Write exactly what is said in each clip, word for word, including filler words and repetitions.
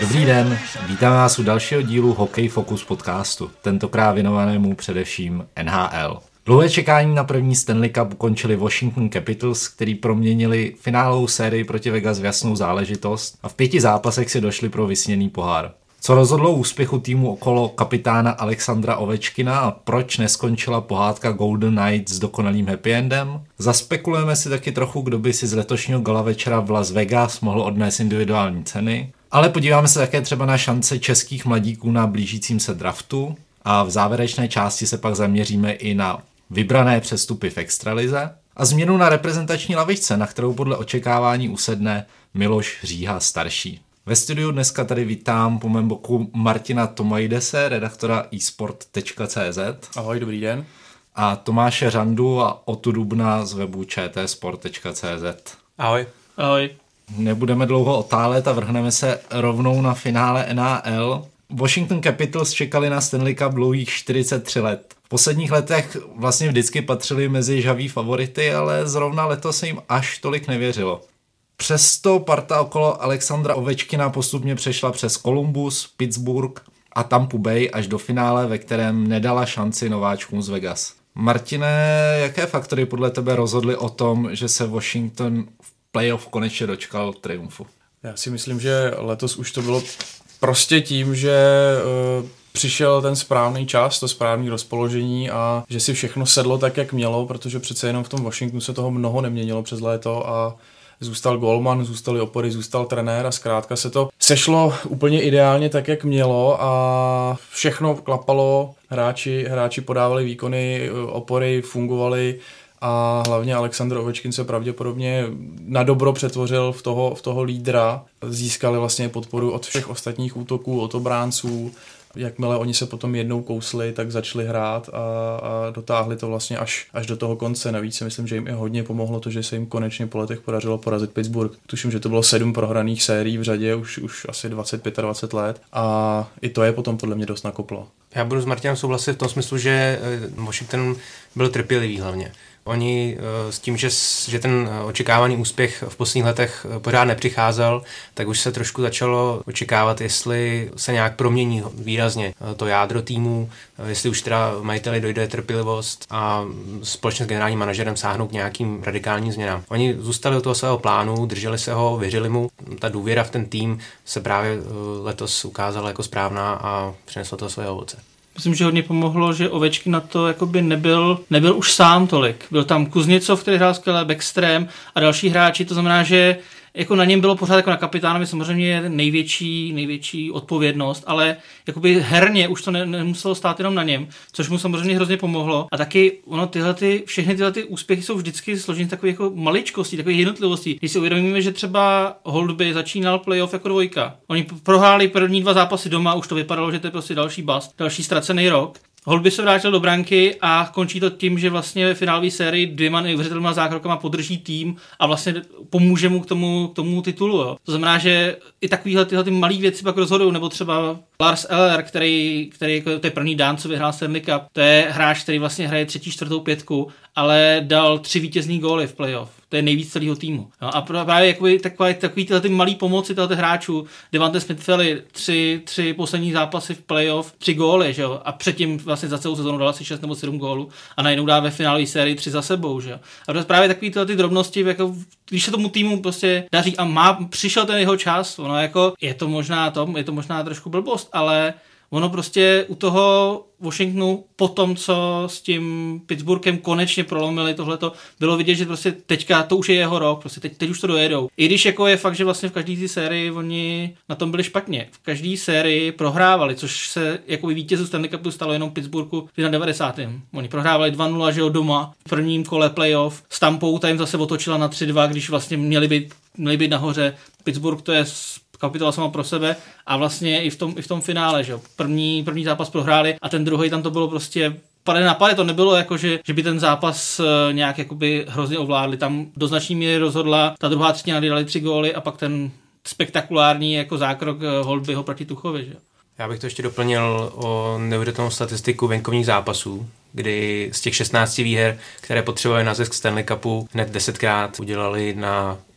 Dobrý den, vítám vás u dalšího dílu Hokej Focus podcastu, tentokrát věnovanému především N H L. Dlouhé čekání na první Stanley Cup ukončili Washington Capitals, který proměnili finálovou sérii proti Vegas v jasnou záležitost a v pěti zápasech si došli pro vysněný pohár. Co rozhodlo úspěchu týmu okolo kapitána Alexandra Ovečkina a proč neskončila pohádka Golden Knights s dokonalým happy endem? Zaspekulujeme si taky trochu, kdo by si z letošního gala večera v Las Vegas mohl odnést individuální ceny. Ale podíváme se také třeba na šance českých mladíků na blížícím se draftu a v závěrečné části se pak zaměříme i na vybrané přestupy v extralize a změnu na reprezentační lavičce, na kterou podle očekávání usedne Miloš Říha starší. Ve studiu dneska tady vítám po mém boku Martina Tomajdese, redaktora e sport tečka cé zet. Ahoj, dobrý den. A Tomáše Řandu a Otu Dubna z webu č t sport tečka cé zet. Ahoj. Ahoj. Nebudeme dlouho otálet a vrhneme se rovnou na finále N H L. Washington Capitals čekali na Stanley Cup dlouhých čtyřicet tři let. V posledních letech vlastně vždycky patřili mezi žhavý favority, ale zrovna letos se jim až tolik nevěřilo. Přesto parta okolo Alexandra Ovečkina postupně přešla přes Columbus, Pittsburgh a Tampa Bay až do finále, ve kterém nedala šanci nováčkům z Vegas. Martine, jaké faktory podle tebe rozhodly o tom, že se Washington v playoff konečně dočkal triumfu? Já si myslím, že letos už to bylo prostě tím, že uh, přišel ten správný čas, to správné rozpoložení a že si všechno sedlo tak, jak mělo, protože přece jenom v tom Washingtonu se toho mnoho neměnilo přes léto a zůstal golman, zůstaly opory, zůstal trenér a zkrátka se to sešlo úplně ideálně tak, jak mělo a všechno klapalo, hráči, hráči podávali výkony, opory fungovaly a hlavně Alexandr Ovečkin se pravděpodobně na dobro přetvořil v toho, v toho lídra. Získali vlastně podporu od všech ostatních útoků, od obránců. Jakmile oni se potom jednou kousli, tak začali hrát a, a dotáhli to vlastně až, až do toho konce. Navíc si myslím, že jim i hodně pomohlo to, že se jim konečně po letech podařilo porazit Pittsburgh. Tuším, že to bylo sedm prohraných sérií v řadě, už, už asi dvacet pět dvacet let a i to je potom podle mě dost nakoplo. Já budu s Martinem souhlasit v tom smyslu, že Washington byl trpělivý hlavně. Oni s tím, že, že ten očekávaný úspěch v posledních letech pořád nepřicházel, tak už se trošku začalo očekávat, jestli se nějak promění výrazně to jádro týmu, jestli už teda majiteli dojde trpělivost a společně s generálním manažerem sáhnou k nějakým radikálním změnám. Oni zůstali u toho svého plánu, drželi se ho, věřili mu. Ta důvěra v ten tým se právě letos ukázala jako správná a přinesla to své ovoce. Myslím, že hodně pomohlo, že Ovečkin na to jakoby nebyl, nebyl už sám tolik. Byl tam Kuzněcov, který hrál skvěle, Backstrom a další hráči, to znamená, že jako na něm bylo pořád jako na kapitánovi samozřejmě největší, největší odpovědnost, ale jakoby herně už to ne, nemuselo stát jenom na něm, což mu samozřejmě hrozně pomohlo. A taky ono tyhle ty, všechny tyhle ty úspěchy jsou vždycky složeny takové jako maličkostí, takové jednotlivostí. Když si uvědomíme, že třeba Holtby začínal playoff jako dvojka. Oni prohráli první dva zápasy doma, už to vypadalo, že to je prostě další bust, další ztracený rok. Holtby se vrátil do branky a končí to tím, že vlastně ve finálové sérii dvěma neuvěřitelnýma zákrokama podrží tým a vlastně pomůže mu k tomu, k tomu titulu. Jo. To znamená, že i takovýhle tyhle ty malé věci pak rozhodují, nebo třeba Lars Eller, který, který to je první Dán, co vyhrál Stanley Cup, to je hráč, který vlastně hraje třetí, čtvrtou pětku, ale dal tři vítězný góly v playoff. To je nejvíc celého týmu. No a právě jakoby takový, takový tyhle ty malý pomoci tyhle hráčů, Devante Smith-Pelly, tři, tři poslední zápasy v playoff, tři góly, že jo? A předtím vlastně za celou sezonu dal asi šest nebo sedm gólů a najednou dá ve finálové sérii tři za sebou, že jo? A to právě takový tyhle ty drobnosti, jako, když se tomu týmu prostě daří a má, přišel ten jeho čas, ono jako, je to možná to, je to možná trošku blbost, ale ono prostě u toho Washingtonu po tom, co s tím Pittsburghem konečně prolomili tohleto, bylo vidět, že prostě teďka to už je jeho rok, prostě teď, teď už to dojedou. I když jako je fakt, že vlastně v každé té sérii oni na tom byli špatně. V každé sérii prohrávali, což se jako vítězů Stanley Cupu stalo jenom Pittsburghu v devadesátém Oni prohrávali dva nula, že jo, doma v prvním kole playoff. S Tampou ta jim zase otočila na tři dva, když vlastně měli být, měli být nahoře. Pittsburgh to je kapitola sama pro sebe a vlastně i v tom, i v tom finále, že jo. První, první zápas prohráli a ten druhý tam to bylo prostě pade na pade, to nebylo jako, že, že by ten zápas nějak jakoby hrozně ovládli. Tam do značné míry rozhodla ta druhá třetina, kdy dali tři góly a pak ten spektakulární jako zákrok Holtbyho proti Tuchovi, že jo. Já bych to ještě doplnil o neuvěřitelnou statistiku venkovních zápasů, kdy z těch šestnácti výher, které potřebovali na zisk Stanley Cupu, hned desetkrát udělali na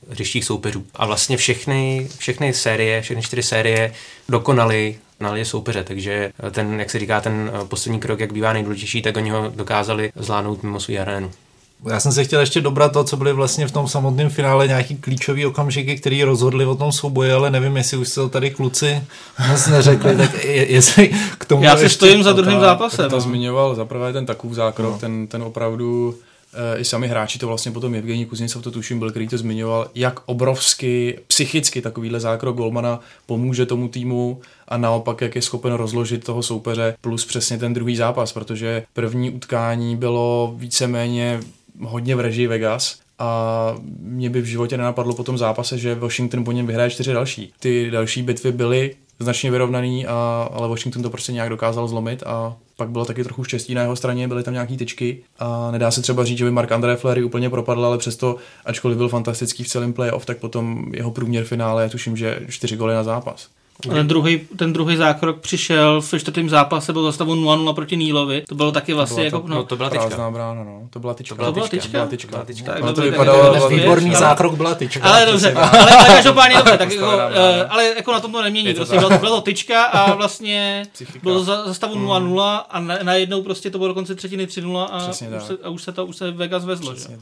hřištích soupeřů. A vlastně všechny, všechny série, všechny čtyři série dokonali na ledě soupeře, takže ten, jak se říká, ten poslední krok, jak bývá nejdůležitější, tak oni ho dokázali zvládnout mimo svou arénu. Já jsem se chtěl ještě dobrat to, co byly vlastně v tom samotném finále nějaký klíčový okamžiky, který rozhodli o tom souboji, ale nevím, jestli už se to tady kluci moc neřekli, tak jestli k tomu... Já si stojím za druhým zápasem. To zmiňoval zaprvé ten Takův zákrok, no. ten, ten opravdu e, i sami hráči, to vlastně potom Jevgenij Kuzněcov to tuším byl, který to zmiňoval, jak obrovsky psychicky takovýhle zákrok golmana pomůže tomu týmu a naopak, jak je schopen rozložit toho soupeře, plus přesně ten druhý zápas, protože první utkání bylo víceméně hodně v režii Vegas a mě by v životě nenapadlo po tom zápase, že Washington po něm vyhraje čtyři další. Ty další bitvy byly značně vyrovnaný, a, ale Washington to prostě nějak dokázal zlomit a pak bylo taky trochu štěstí na jeho straně, byly tam nějaký tyčky a nedá se třeba říct, že by Marc-André Fleury úplně propadl, ale přesto, ačkoliv byl fantastický v celém playoff, tak potom jeho průměr finále, tuším, že čtyři góly na zápas. A ten druhý, ten druhý zákrok přišel v čtvrtém zápase, byl za stavu nula nula proti Nílovi. To bylo taky vlastně to, jako... No, to byla tyčka. Brána, no. To byla tyčka. To byla tyčka? Byla tyčka. Byla tyčka. Tak, to vypadalo výborný zákrok byla tyčka. Ale dobře, ale, ale každopádně dobře, tak jako, ale jako na tom to nemění. Prostě byla to, byla to tyčka a vlastně bylo to za, za stavu nula nula a najednou prostě to bylo dokonce třetiny tři nula a už se, a už se to už se Vegas vezlo. Že?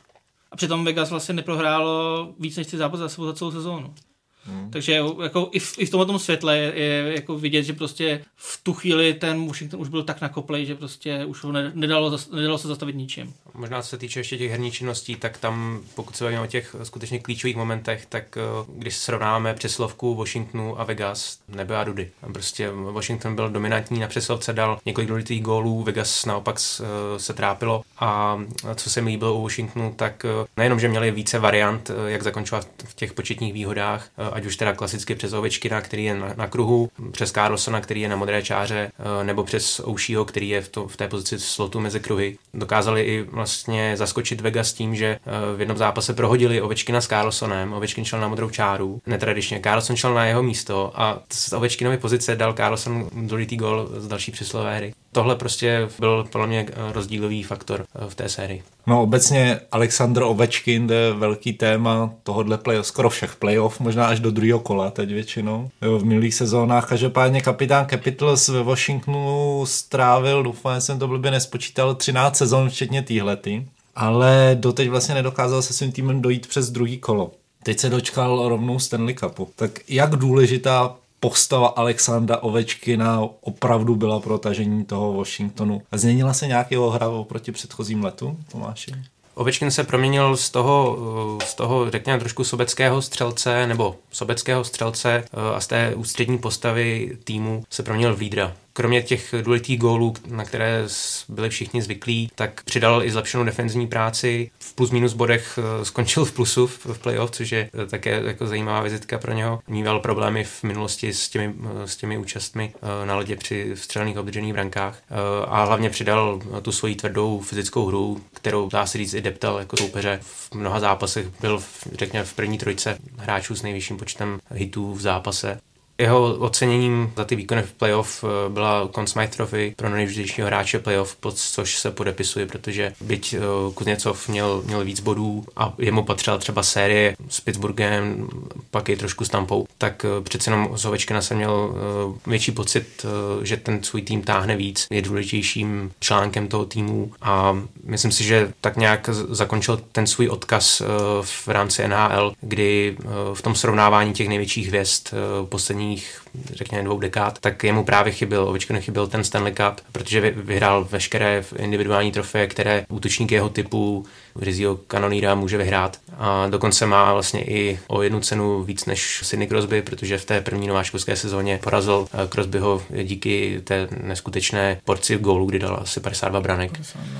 A přitom Vegas vlastně neprohrálo víc než tři zápasy za sebou za celou sezónu. Hmm. Takže jako i v, i v tomhle světle je, je jako vidět, že prostě v tu chvíli ten Washington už byl tak nakoplej, že prostě už ho nedalo, nedalo se zastavit ničím. Možná co se týče ještě těch herních činností, tak tam, pokud se bavíme o těch skutečně klíčových momentech, tak když srovnáme přeslovku Washingtonu a Vegas, nebyla dudy. Prostě Washington byl dominantní na přeslovce, dal několik důležitých gólů, Vegas naopak se trápilo a co se mi líbilo u Washingtonu, tak nejenom, že měli více variant, jak zakončovat v těch početních výhodách, ať už teda klasicky přes Ovečkina, který je na, na kruhu, přes Carlsona, který je na modré čáře, nebo přes Oušího, který je v, to, v té pozici slotu mezi kruhy. Dokázali i vlastně zaskočit Vegas tím, že v jednom zápase prohodili Ovečkina s Carlsonem, Ovečkin šel na modrou čáru, netradičně, Carlson šel na jeho místo a z Ovečkinovy pozice dal Carlson důležitý gól z další přesilové hry. Tohle prostě byl podle mě rozdílový faktor v té sérii. No obecně Alexander Ovečkin, to je velký téma tohohle playoff, skoro všech playoff, možná až do druhého kola teď většinou. Jo, v minulých sezónách každopádně kapitán Capitals ve Washingtonu strávil, doufám, že jsem to blbě nespočítal, třináct sezon včetně týhlety, ale doteď vlastně nedokázal se svým týmem dojít přes druhý kolo. Teď se dočkal rovnou Stanley Cupu. Tak jak důležitá postava Alexandra Ovečkina opravdu byla pro tažení toho Washingtonu. A změnila se nějakého hra oproti předchozím letu, Tomáši? Ovečkin se proměnil z toho, z toho, řekněme, trošku sobeckého střelce, nebo sobeckého střelce a z té ústřední postavy týmu se proměnil v lídra. Kromě těch důležitých gólů, na které byli všichni zvyklí, tak přidal i zlepšenou defenzivní práci. V plus minus bodech skončil v plusu v playoff, což je také jako zajímavá vizitka pro něho. Mýval problémy v minulosti s těmi, s těmi účastmi na ledě při střelených obdržených brankách a hlavně přidal tu svoji tvrdou fyzickou hru, kterou dá se říct i deptal jako soupeře. V mnoha zápasech byl, řekněme, v první trojce hráčů s nejvyšším počtem hitů v zápase. Jeho oceněním za ty výkony v playoff byla Conn Smythe Trophy pro nejdůležitějšího hráče playoff, pod což se podepisuje, protože byť Kuzněcov měl, měl víc bodů a jemu patřila třeba série s Pittsburghem, pak i trošku s Tampou, tak přece jenom z Ovečkina jsem měl větší pocit, že ten svůj tým táhne víc, je důležitějším článkem toho týmu a myslím si, že tak nějak zakončil ten svůj odkaz v rámci N H L, kdy v tom srovnávání těch největších hvězd poslední řekněme dvou dekád, tak jemu právě chyběl, Ovečkinu chyběl ten Stanley Cup, protože vyhrál veškeré individuální trofeje, které útočník jeho typu Rizziho Cannoniera může vyhrát. A dokonce má vlastně i o jednu cenu víc než Sidney Crosby, protože v té první nováčkovské sezóně porazil Crosbyho díky té neskutečné porci gólů, kdy dal asi padesát dva branek.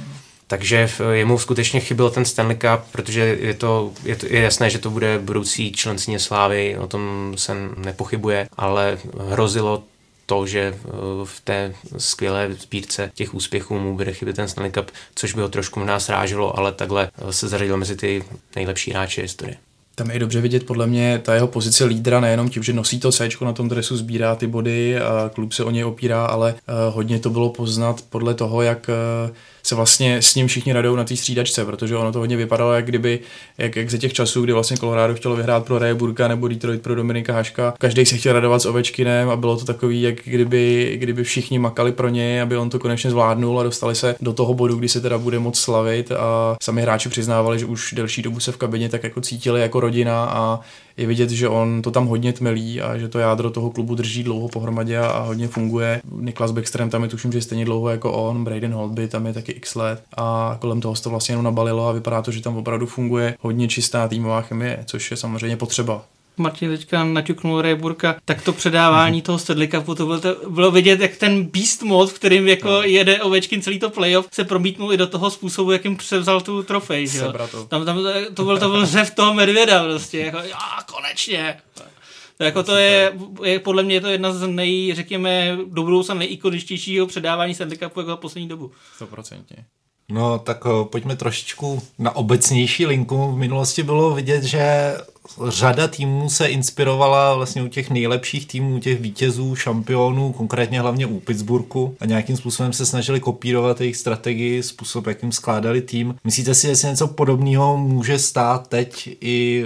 Takže jemu skutečně chyběl ten Stanley Cup, protože je to, je to je jasné, že to bude budoucí člen Síně slávy, o tom se nepochybuje, ale hrozilo to, že v té skvělé sbírce těch úspěchů mu bude chybět ten Stanley Cup, což by ho trošku možná sráželo, ale takhle se zařadil mezi ty nejlepší hráče historie. Tam je dobře vidět podle mě ta jeho pozice lídra, nejenom tím, že nosí to céčko na tom dresu, sbírá ty body a klub se o něj opírá, ale hodně to bylo poznat podle toho, jak se vlastně s ním všichni radou na té střídačce, protože ono to hodně vypadalo, jak kdyby, jak, jak ze těch časů, kdy vlastně Colorado chtělo vyhrát pro Raya Burka nebo Detroit pro Dominika Haška. Každý se chtěl radovat s Ovečkinem a bylo to takový, jak kdyby, kdyby všichni makali pro něj, aby on to konečně zvládnul a dostali se do toho bodu, kdy se teda bude moc slavit a sami hráči přiznávali, že už delší dobu se v kabině tak jako cítili jako rodina a je vidět, že on to tam hodně tmelí a že to jádro toho klubu drží dlouho pohromadě a, a hodně funguje. Niklas Bäckström tam je tuším, že je stejně dlouho jako on, Braden Holtby tam je taky x let a kolem toho se to vlastně jenom nabalilo a vypadá to, že tam opravdu funguje hodně čistá týmová chemie, což je samozřejmě potřeba. Martin teďka naťuknul Raya Burka, tak to předávání toho Stanley Cupu, to bylo, to bylo vidět, jak ten beast mode, v kterým jako no. jede Ovečkin celý to playoff, se promítnul i do toho způsobu, jakým převzal tu trofej. Tam, tam to, byl, to byl řev toho medvěda prostě, jako a konečně. To, jako to je, je, podle mě je to jedna z nej, řekněme, do budoucna nejikoničtějšího předávání Stanley Cupu jako za poslední dobu. sto procent. No tak o, pojďme trošičku na obecnější linku. V minulosti bylo vidět, že řada týmů se inspirovala vlastně u těch nejlepších týmů, u těch vítězů, šampionů, konkrétně hlavně u Pittsburghu a nějakým způsobem se snažili kopírovat jejich strategii, způsob, jakým skládali tým. Myslíte si, jestli něco podobného může stát teď i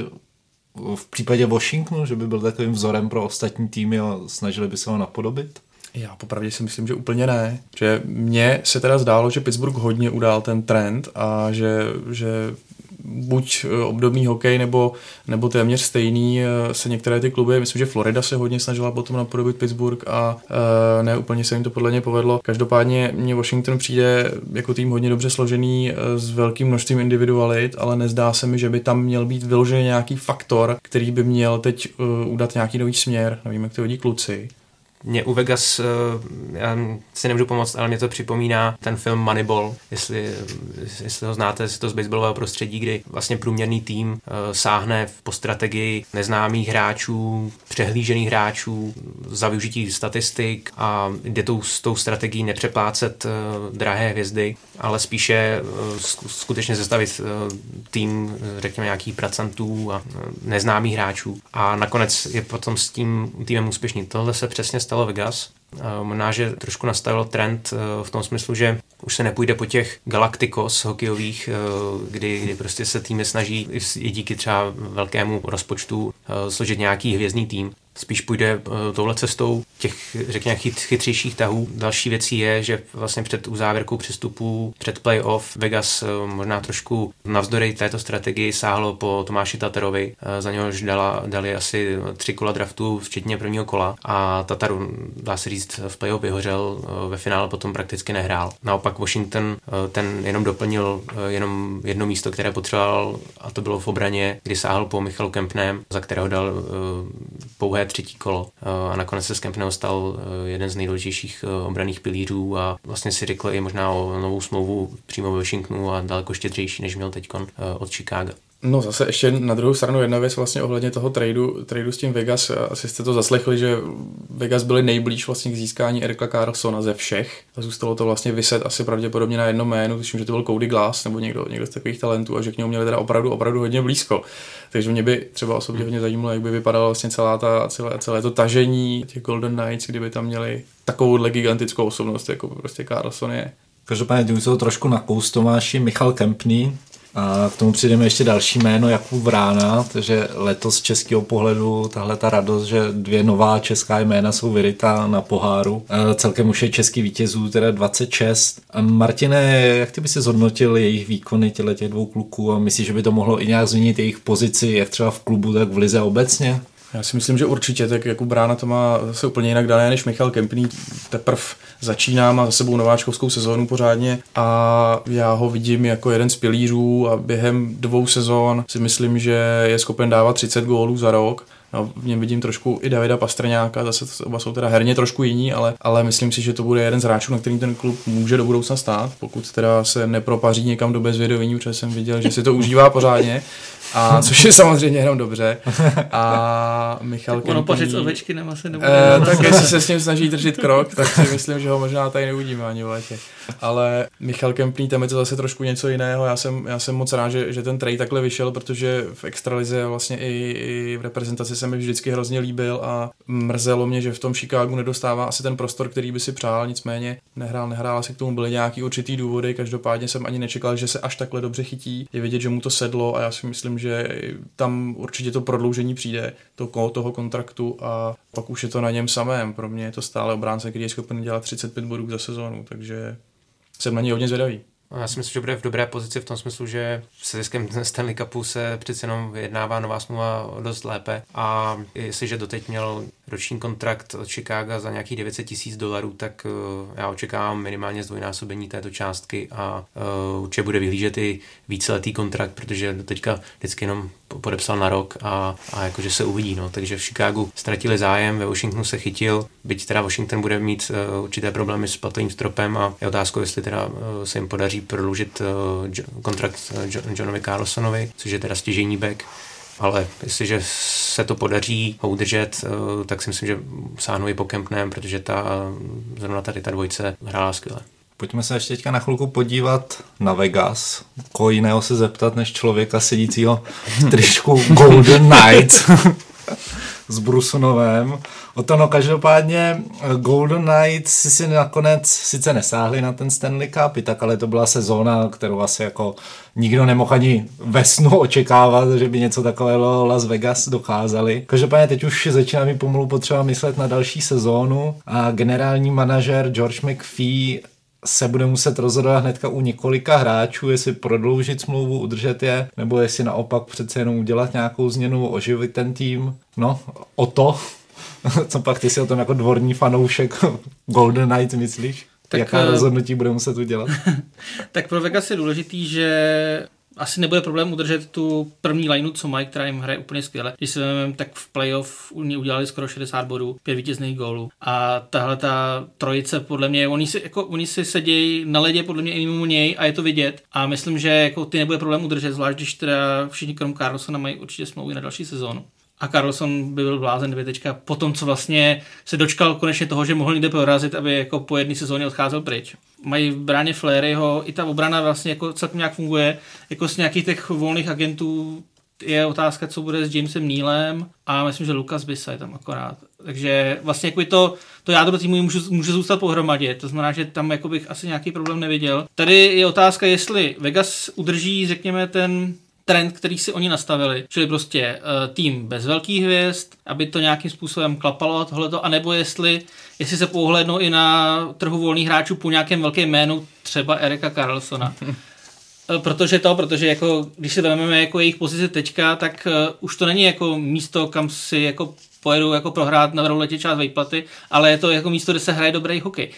v případě Washingtonu, že by byl takovým vzorem pro ostatní týmy a snažili by se ho napodobit? Já popravdě si myslím, že úplně ne. Že mně se teda zdálo, že Pittsburgh hodně udál ten trend a že, že buď obdobný hokej nebo, nebo téměř stejný se některé ty kluby, myslím, že Florida se hodně snažila potom napodobit Pittsburgh a e, ne úplně se jim to podle mě povedlo. Každopádně mně Washington přijde jako tým hodně dobře složený s velkým množstvím individualit, ale nezdá se mi, že by tam měl být vyložený nějaký faktor, který by měl teď uh, udat nějaký nový směr. Nevím, jak to hodí kluci. Mě u Vegas, já si nemůžu pomoct, ale mě to připomíná ten film Moneyball, jestli, jestli ho znáte, jestli to z baseballového prostředí, kdy vlastně průměrný tým sáhne po strategii neznámých hráčů, přehlížených hráčů, za využití statistik a jde tou, s tou strategií nepřeplácet drahé hvězdy, ale spíše skutečně sestavit tým, řekněme, nějakých pracantů a neznámých hráčů. A nakonec je potom s tím týmem úspěšný. Tohle se přesně stalo Vegas. Možná, že trošku nastavil trend v tom smyslu, že už se nepůjde po těch galaktikos hokejových, kdy, kdy prostě se týmy snaží i díky třeba velkému rozpočtu složit nějaký hvězdný tým. Spíš půjde touhle cestou těch, řekněme, chyt, chytřejších tahů. Další věcí je, že vlastně před uzávěrkou přestupů, před playoff Vegas možná trošku navzdory této strategii sáhlo po Tomáši Tatarovi. Za něhož dala, dali asi tři kola draftu, včetně prvního kola. A Tatar, dá se říct, v playoff vyhořel, ve finále potom prakticky nehrál. Naopak Washington ten jenom doplnil jenom jedno místo, které potřeboval, a to bylo v obraně, kdy sáhl po Michalu Kempnem, za kterého dal pouhé třetí kolo a nakonec se z Kempného stal jeden z nejdůležitějších obranných pilířů a vlastně si řekl i možná o novou smlouvu přímo ve Washingtonu a daleko štědřejší, než měl teďkon od Chicaga. No zase ještě na druhou stranu jedna věc vlastně ohledně toho tradu, tradu s tím Vegas, asi jste to zaslechli, že Vegas byli nejblíž vlastně k získání Erika Karlssona ze všech a zůstalo to vlastně vyset asi pravděpodobně na jedno jméno, tuším, že to byl Cody Glass nebo někdo, někdo z takových talentů a že k němu měli teda opravdu, opravdu hodně blízko. Takže mě by třeba osobně hodně zajímalo, jak by vypadala vlastně celá ta, celé, celé to tažení těch Golden Knights, kdyby tam měli takovouhle gigantickou osobnost, jako prostě Karlsson je. Každopádně tím se to trošku nakous Tomáši, Michal Kempný. A k tomu přijdeme ještě další jméno, Jakub Vrána, takže letos z českého pohledu tahle ta radost, že dvě nová česká jména jsou vyrytá na poháru. E, celkem už je český vítězů, teda dvacet šest. A Martine, jak ty by si zhodnotil jejich výkony těch dvou kluků a myslíš, že by to mohlo i nějak změnit jejich pozici, jak třeba v klubu, tak v lize obecně? Já si myslím, že určitě, tak Jakub Vrána to má zase úplně jinak dané než Michal Kempný. Teprv začíná, má za sebou nováčkovskou sezónu pořádně a já ho vidím jako jeden z pilířů a během dvou sezón si myslím, že je schopen dávat třicet gólů za rok. No, v něm vidím trošku i Davida Pastrňáka, zase oba jsou teda herně trošku jiní, ale, ale myslím si, že to bude jeden z hráčů, na kterým ten klub může do budoucna stát, pokud teda se nepropaří někam do bezvědomí, protože jsem viděl, že si to užívá pořádně, a což je samozřejmě jenom dobře. A Michal Kempný... Ono pařit s Ovečkinem asi nebude. Eh, tak jestli se s ním snaží držet krok, tak si myslím, že ho možná tady neuvidíme ani v létě. Ale Michal Kempný, tam je to zase trošku něco jiného. Já jsem, já jsem moc rád, že, že ten trade takhle vyšel, protože v extralize vlastně i, i v reprezentaci jsem se mi vždycky hrozně líbil a mrzelo mě, že v tom Chicagu nedostává asi ten prostor, který by si přál, nicméně nehrál, nehrál, asi k tomu byly nějaký určitý důvody, každopádně jsem ani nečekal, že se až takhle dobře chytí, je vidět, že mu to sedlo a já si myslím, že tam určitě to prodloužení přijde to, toho kontraktu a pak už je to na něm samém. Pro mě je to stále obránce, který je schopen dělat třicet pět bodů za sezónu, takže jsem na něj hodně zvědavý. Já si myslím, že bude v dobré pozici v tom smyslu, že se ziskem Stanley Cupu se přeci jenom vyjednává nová smlouva dost lépe a jestliže doteď měl roční kontrakt od Chicaga za nějakých devět set tisíc dolarů, tak já očekávám minimálně zdvojnásobení této částky a uh, určitě bude vyhlížet i víceletý kontrakt, protože doteďka vždycky jenom podepsal na rok a, a jakože se uvidí. No. Takže v Chicagu ztratili zájem, ve Washingtonu se chytil, byť teda Washington bude mít uh, určité problémy s platovým stropem a je otázkou, jestli teda uh, se jim podaří prodloužit uh, kontrakt uh, Johnovi Carlsonovi, což je teda stěžejní back. Ale jestliže se to podaří ho udržet, tak si myslím, že sáhnu i po Kempnem, protože ta, zrovna tady ta dvojce hrála skvěle. Pojďme se ještě teďka na chvilku podívat na Vegas. Koho jiného se zeptat, než člověka sedícího v tričku Golden Knights s Brusunovem. O to no, každopádně Golden Knights si, si nakonec sice nesáhli na ten Stanley Cup, tak ale to byla sezóna, kterou asi jako nikdo nemohl ani ve snu očekávat, že by něco takového Las Vegas dokázali. Každopádně teď už začíná mi pomalu potřeba myslet na další sezónu a generální manažer George McPhee se bude muset rozhodovat hnedka u několika hráčů, jestli prodloužit smlouvu, udržet je, nebo jestli naopak přece jenom udělat nějakou změnu, oživit ten tým. No, o to. Co pak ty si o tom jako dvorní fanoušek Golden Knights myslíš? Tak, jaká rozhodnutí bude muset udělat? Tak pro Vegas je důležitý, že asi nebude problém udržet tu první lineu, co mají, která jim hraje úplně skvěle. Když se vezmeme, tak v playoff udělali skoro šedesát bodů, pět vítězných gólů. A tahle ta trojice, podle mě, oni si, jako, oni si sedějí na ledě, podle mě i mimo něj a je to vidět. A myslím, že jako ty nebude problém udržet, zvlášť když teda všichni krom Carlsona mají určitě smlouvy na další sezónu. A Carlson by byl blázen, kdyby teďka po tom, co vlastně se dočkal konečně toho, že mohl někde prorazit, aby jako po jedné sezóně odcházel pryč. Mají v bráně Fleuryho, i ta obrana vlastně jako celkem nějak funguje, jako z nějakých těch volných agentů je otázka, co bude s Jamesem Nealem a myslím, že Lukas Bisa je tam akorát. Takže vlastně jako to, to jádro týmu může, může zůstat pohromadě, to znamená, že tam jako bych asi nějaký problém neviděl. Tady je otázka, jestli Vegas udrží, řekněme, ten trend, který si oni nastavili, čili prostě uh, tým bez velkých hvězd, aby to nějakým způsobem klapalo tohleto, anebo jestli, jestli se pohlednou i na trhu volných hráčů po nějakém velkém jménu, třeba Erika Carlsona. Protože to, protože jako, když si vezmeme jako jejich pozici teďka, tak uh, už to není jako místo, kam si jako pojedu jako prohrát na roletě část výplaty, ale je to jako místo, kde se hraje dobrý hokej.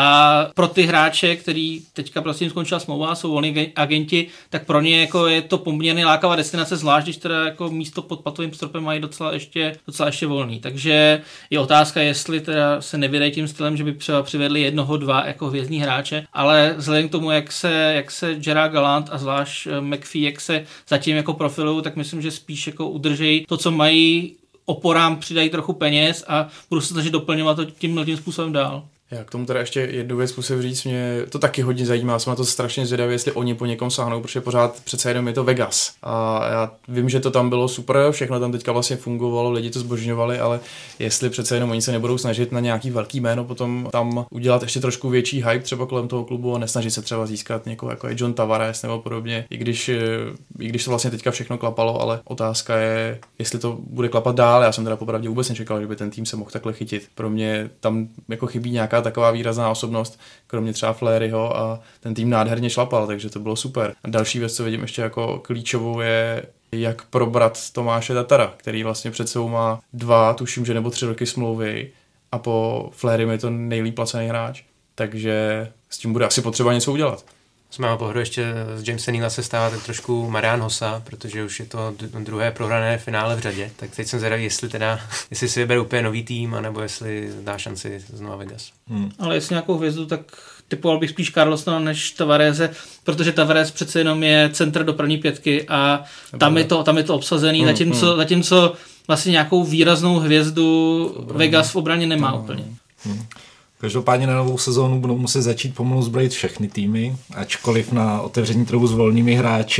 A pro ty hráče, který teďka prostě jim skončila smlouva, jsou volní agenti, tak pro ně jako je to poměrně lákavá destinace, zvlášť když teda jako místo pod platovým stropem mají docela ještě, docela ještě volný. Takže je otázka, jestli teda se nevydají tím stylem, že by třeba přivedli jednoho, dva jako hvězdní hráče, ale vzhledem k tomu, jak se, jak se Gerard Gallant a zvlášť McPhee, jak se zatím jako profilují, tak myslím, že spíš jako udržejí to, co mají, oporám přidají trochu peněz a budu se snažit doplňovat to tím, tím způsobem dál. Já k tomu teda ještě jednu věc musím říct, mě to taky hodně zajímá, jsem na to strašně zvědavý, jestli oni po někom sáhnou, protože pořád přece jenom je to Vegas. A já vím, že to tam bylo super, všechno tam teďka vlastně fungovalo, lidi to zbožňovali, ale jestli přece jenom oni se nebudou snažit na nějaký velký jméno potom tam udělat ještě trošku větší hype třeba kolem toho klubu a nesnažit se třeba získat někoho jako je John Tavares nebo podobně, i když, i když to vlastně teďka všechno klapalo, ale otázka je, jestli to bude klapat dál. Já jsem teda popravdě vůbec nečekal, že by ten tým se mohl takhle chytit. Pro mě tam jako chybí nějaká taková výrazná osobnost, kromě třeba Fleuryho, a ten tým nádherně šlapal, takže to bylo super. A další věc, co vidím ještě jako klíčovou, je jak probrat Tomáše Tatara, který vlastně před sebou má dva, tuším, že nebo tři roky smlouvy a po Fleury je to nejlíp placený hráč, takže s tím bude asi potřeba něco udělat. Z mého pohledu ještě z Jamesa Neala se stává tak trošku Marian Hossa, protože už je to druhé prohrané finále v řadě. Tak teď jsem zvědavý, jestli teda, jestli si vybere úplně nový tým, anebo jestli dá šanci znova Vegas. Hmm. Ale jestli nějakou hvězdu, tak typoval bych spíš Carlsona než Tavarese, protože Tavares přece jenom je centr do první pětky a tam je to, tam je to obsazený, hmm, zatímco, hmm. zatímco vlastně nějakou výraznou hvězdu obraně. Vegas v obraně nemá hmm. úplně. Hmm. Každopádně na novou sezónu budou muset začít pomalu zbrojit všechny týmy, ačkoliv na otevření trhu s volnými hráči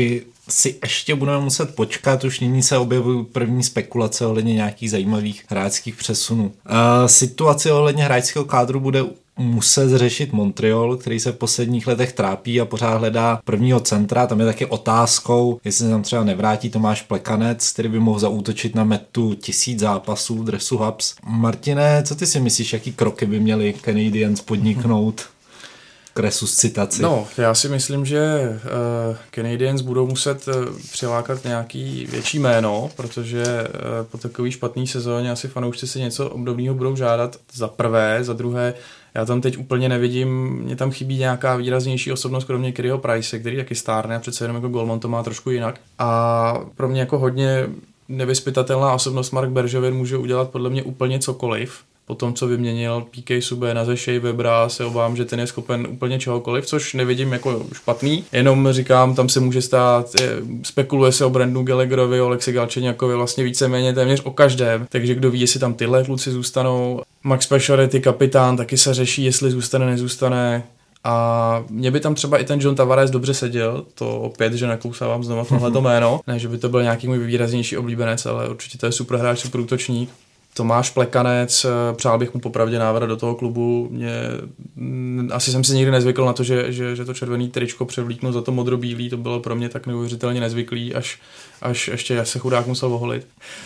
si ještě budeme muset počkat, už nyní se objevují první spekulace ohledně nějakých zajímavých hráčských přesunů. Uh, situaci ohledně hráčského kádru bude muset řešit Montreal, který se v posledních letech trápí a pořád hledá prvního centra. Tam je taky otázkou, jestli se tam třeba nevrátí Tomáš Plekanec, který by mohl zaútočit na metu tisíc zápasů v dresu Habs. Martine, co ty si myslíš, jaký kroky by měli Canadiens podniknout k resuscitaci? No, já si myslím, že uh, Canadiens budou muset uh, přilákat nějaký větší jméno, protože uh, po takový špatný sezóně asi fanoušci si něco obdobného budou žádat za prvé, za druhé. Já tam teď úplně nevidím, mě tam chybí nějaká výraznější osobnost, kromě Kyryho Price, který taky stárne a přece jenom jako golman to má trošku jinak. A pro mě jako hodně nevyzpytatelná osobnost Mark Bergevin může udělat podle mě úplně cokoliv. Po tom, co vyměnil P K Subban ze Shea Webera, se obávám, že ten je schopen úplně čehokoliv, což nevidím jako špatný. Jenom říkám, tam se může stát, je, spekuluje se o Brandu Gallagherovi, o Alexi Galcheňakovi, vlastně víceméně téměř o každém. Takže kdo ví, jestli tam tyhle kluci zůstanou. Max Pacioretty, kapitán, taky se řeší, jestli zůstane, nezůstane. A mě by tam třeba i ten John Tavares dobře seděl, to opět, že nakousávám znova tohleto jméno. Ne, že by to byl nějaký můj výraznější oblíbenec, ale určitě to je super hráč, super útočník. Tomáš Plekanec, přál bych mu popravdě návrat do toho klubu. Mě, asi jsem si nikdy nezvykl na to, že, že, že to červený tričko převlíknu za to modrobílý, to bylo pro mě tak neuvěřitelně nezvyklý, až, až ještě se chudák musel oholit.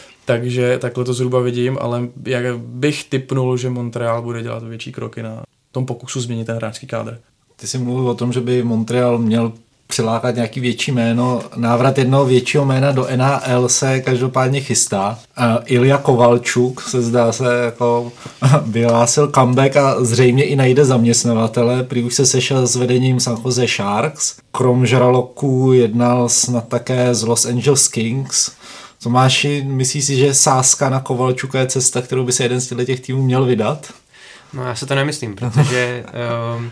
Takže takhle to zhruba vidím, ale jak bych tipnul, že Montreal bude dělat větší kroky na tom pokusu změnit ten hráčský kádr. Ty jsi mluvil o tom, že by Montreal měl přilákat nějaký větší jméno. Návrat jednoho většího jména do N H L se každopádně chystá. Uh, Ilja Kovalčuk se zdá se jako vyhlásil comeback a zřejmě i najde zaměstnavatele. Prý už se sešel s vedením San Jose Sharks. Krom žraloků jednal snad také z Los Angeles Kings. Tomáši, myslíš si, že sázka na Kovalčuka je cesta, kterou by se jeden z těch týmů měl vydat? No já se to nemyslím, protože um,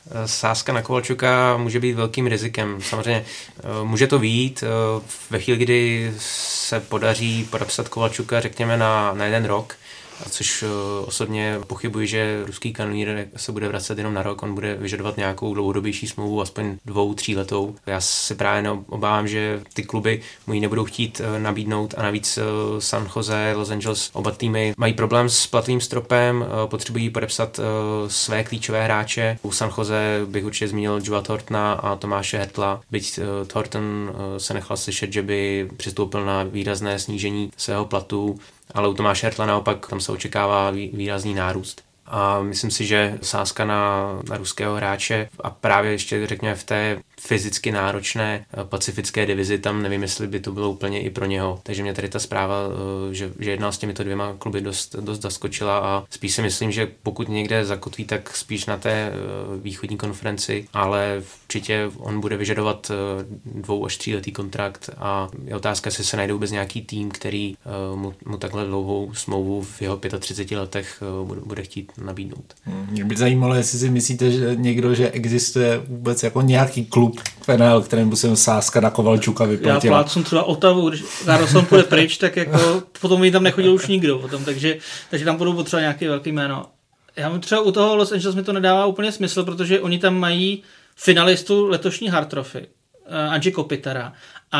sázka na Kovalčuka může být velkým rizikem. Samozřejmě uh, může to vyjít uh, ve chvíli, kdy se podaří podepsat Kovalčuka, řekněme, na, na jeden rok, což uh, osobně pochybuji, že ruský kanonýr se bude vracet jenom na rok, on bude vyžadovat nějakou dlouhodobější smlouvu, aspoň dvou, tří letou. Já si právě obávám, že ty kluby mu ji nebudou chtít uh, nabídnout a navíc uh, San Jose, Los Angeles, oba týmy mají problém s platovým stropem, uh, potřebují podepsat uh, své klíčové hráče. U San Jose bych určitě zmínil Joea Thorntona a Tomáše Hertla, byť uh, Thornton uh, se nechal slyšet, že by přistoupil na výrazné snížení svého platu, ale u Tomáše Hertla naopak tam se očekává výrazný nárůst. A myslím si, že sázka na, na ruského hráče a právě ještě řekněme v té fyzicky náročné pacifické divizi, tam nevím, jestli by to bylo úplně i pro něho. Takže mě tady ta zpráva, že, že jednal s těmito dvěma kluby dost, dost zaskočila a spíš si myslím, že pokud někde zakotví, tak spíš na té východní konferenci, ale určitě on bude vyžadovat dvou až tříletý kontrakt a je otázka, jestli se najde vůbec nějaký tým, který mu, mu takhle dlouhou smlouvu v jeho třiceti pěti letech bude chtít nabídnout. Mě by zajímalo, jestli si myslíte, že někdo, že existuje vůbec jako nějaký klub v N H L, kterým musím sázka na Kovalčuka vyplatit. Já plácnu třeba Ottawu, když Garrison půjde pryč, tak jako potom mi tam nechodil už nikdo potom, takže, takže tam budou potřeba nějaké velké jméno. Já mám třeba u toho Los Angeles mi to nedává úplně smysl, protože oni tam mají finalistu letošní Hart Trophy, uh, Anže Kopitara,